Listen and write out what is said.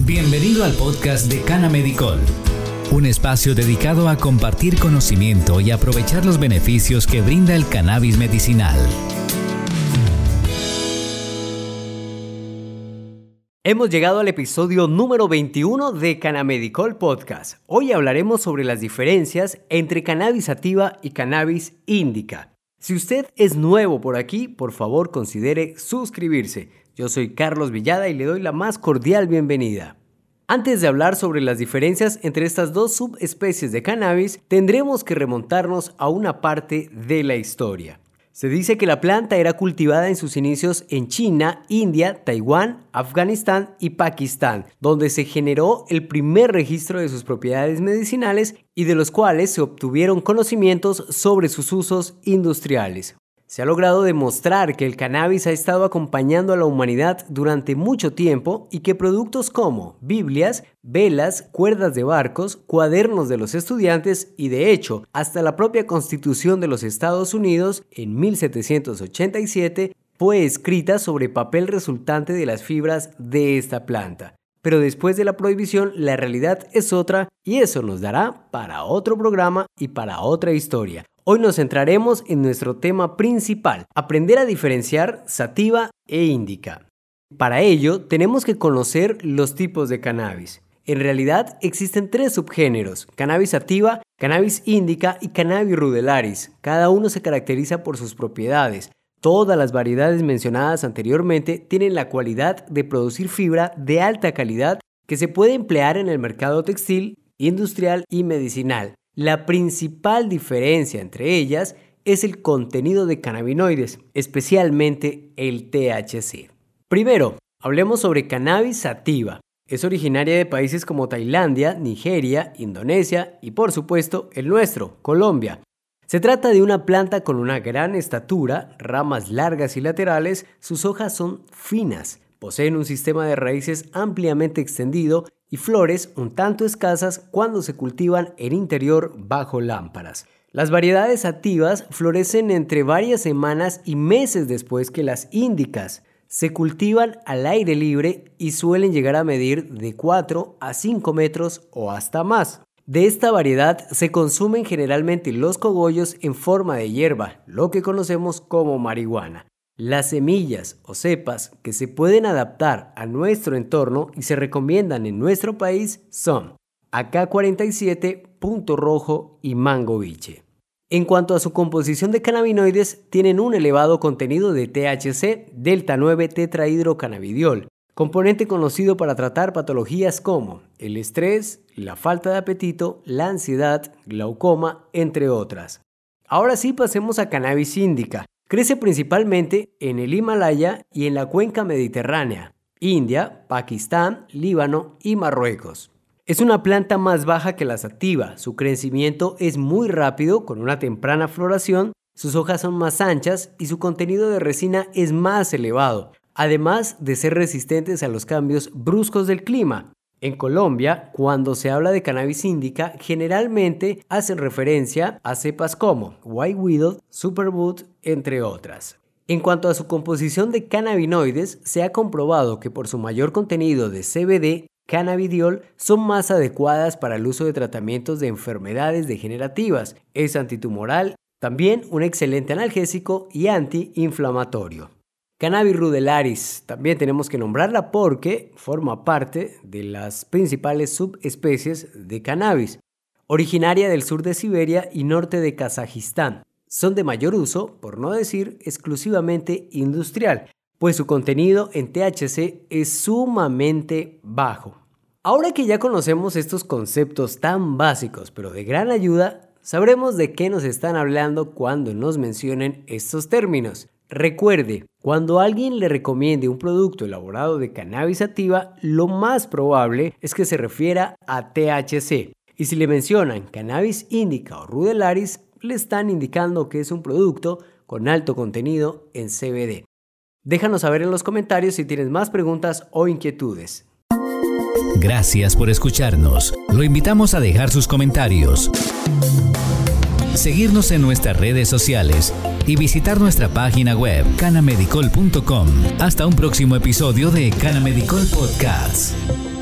Bienvenido al podcast de Canamedicol, un espacio dedicado a compartir conocimiento y aprovechar los beneficios que brinda el cannabis medicinal. Hemos llegado al episodio número 21 de Canamedicol Podcast. Hoy hablaremos sobre las diferencias entre cannabis sativa y cannabis índica. Si usted es nuevo por aquí, por favor considere suscribirse. Yo soy Carlos Villada y le doy la más cordial bienvenida. Antes de hablar sobre las diferencias entre estas dos subespecies de cannabis, tendremos que remontarnos a una parte de la historia. Se dice que la planta era cultivada en sus inicios en China, India, Taiwán, Afganistán y Pakistán, donde se generó el primer registro de sus propiedades medicinales y de los cuales se obtuvieron conocimientos sobre sus usos industriales. Se ha logrado demostrar que el cannabis ha estado acompañando a la humanidad durante mucho tiempo y que productos como Biblias, velas, cuerdas de barcos, cuadernos de los estudiantes y de hecho hasta la propia Constitución de los Estados Unidos en 1787 fue escrita sobre papel resultante de las fibras de esta planta. Pero después de la prohibición la realidad es otra y eso nos dará para otro programa y para otra historia. Hoy nos centraremos en nuestro tema principal, aprender a diferenciar sativa e índica. Para ello, tenemos que conocer los tipos de cannabis. En realidad, existen tres subgéneros, cannabis sativa, cannabis índica y cannabis rudelaris. Cada uno se caracteriza por sus propiedades. Todas las variedades mencionadas anteriormente tienen la cualidad de producir fibra de alta calidad que se puede emplear en el mercado textil, industrial y medicinal. La principal diferencia entre ellas es el contenido de cannabinoides, especialmente el THC. Primero, hablemos sobre cannabis sativa. Es originaria de países como Tailandia, Nigeria, Indonesia y por supuesto el nuestro, Colombia. Se trata de una planta con una gran estatura, ramas largas y laterales, sus hojas son finas, poseen un sistema de raíces ampliamente extendido y flores un tanto escasas cuando se cultivan en interior bajo lámparas. Las variedades sativas florecen entre varias semanas y meses después que las índicas. Se cultivan al aire libre y suelen llegar a medir de 4 a 5 metros o hasta más. De esta variedad se consumen generalmente los cogollos en forma de hierba, lo que conocemos como marihuana. Las semillas o cepas que se pueden adaptar a nuestro entorno y se recomiendan en nuestro país son AK-47, Punto Rojo y Mango Biche. En cuanto a su composición de cannabinoides, tienen un elevado contenido de THC, delta 9 tetrahidrocannabidiol, componente conocido para tratar patologías como el estrés, la falta de apetito, la ansiedad, glaucoma, entre otras. Ahora sí pasemos a cannabis índica. Crece principalmente en el Himalaya y en la cuenca mediterránea, India, Pakistán, Líbano y Marruecos. Es una planta más baja que la sativa, su crecimiento es muy rápido con una temprana floración, sus hojas son más anchas y su contenido de resina es más elevado, además de ser resistentes a los cambios bruscos del clima. En Colombia, cuando se habla de cannabis índica, generalmente hacen referencia a cepas como White Widow, Superbud, entre otras. En cuanto a su composición de cannabinoides, se ha comprobado que por su mayor contenido de CBD, cannabidiol, son más adecuadas para el uso de tratamientos de enfermedades degenerativas. Es antitumoral, también un excelente analgésico y antiinflamatorio. Cannabis rudelaris, también tenemos que nombrarla porque forma parte de las principales subespecies de cannabis. Originaria del sur de Siberia y norte de Kazajistán. Son de mayor uso, por no decir exclusivamente industrial, pues su contenido en THC es sumamente bajo. Ahora que ya conocemos estos conceptos tan básicos pero de gran ayuda, sabremos de qué nos están hablando cuando nos mencionen estos términos. Recuerde, cuando alguien le recomiende un producto elaborado de cannabis sativa, lo más probable es que se refiera a THC. Y si le mencionan cannabis índica o rudelaris, le están indicando que es un producto con alto contenido en CBD. Déjanos saber en los comentarios si tienes más preguntas o inquietudes. Gracias por escucharnos. Lo invitamos a dejar sus comentarios, seguirnos en nuestras redes sociales y visitar nuestra página web canamedicol.com. Hasta un próximo episodio de Canamedicol Podcast.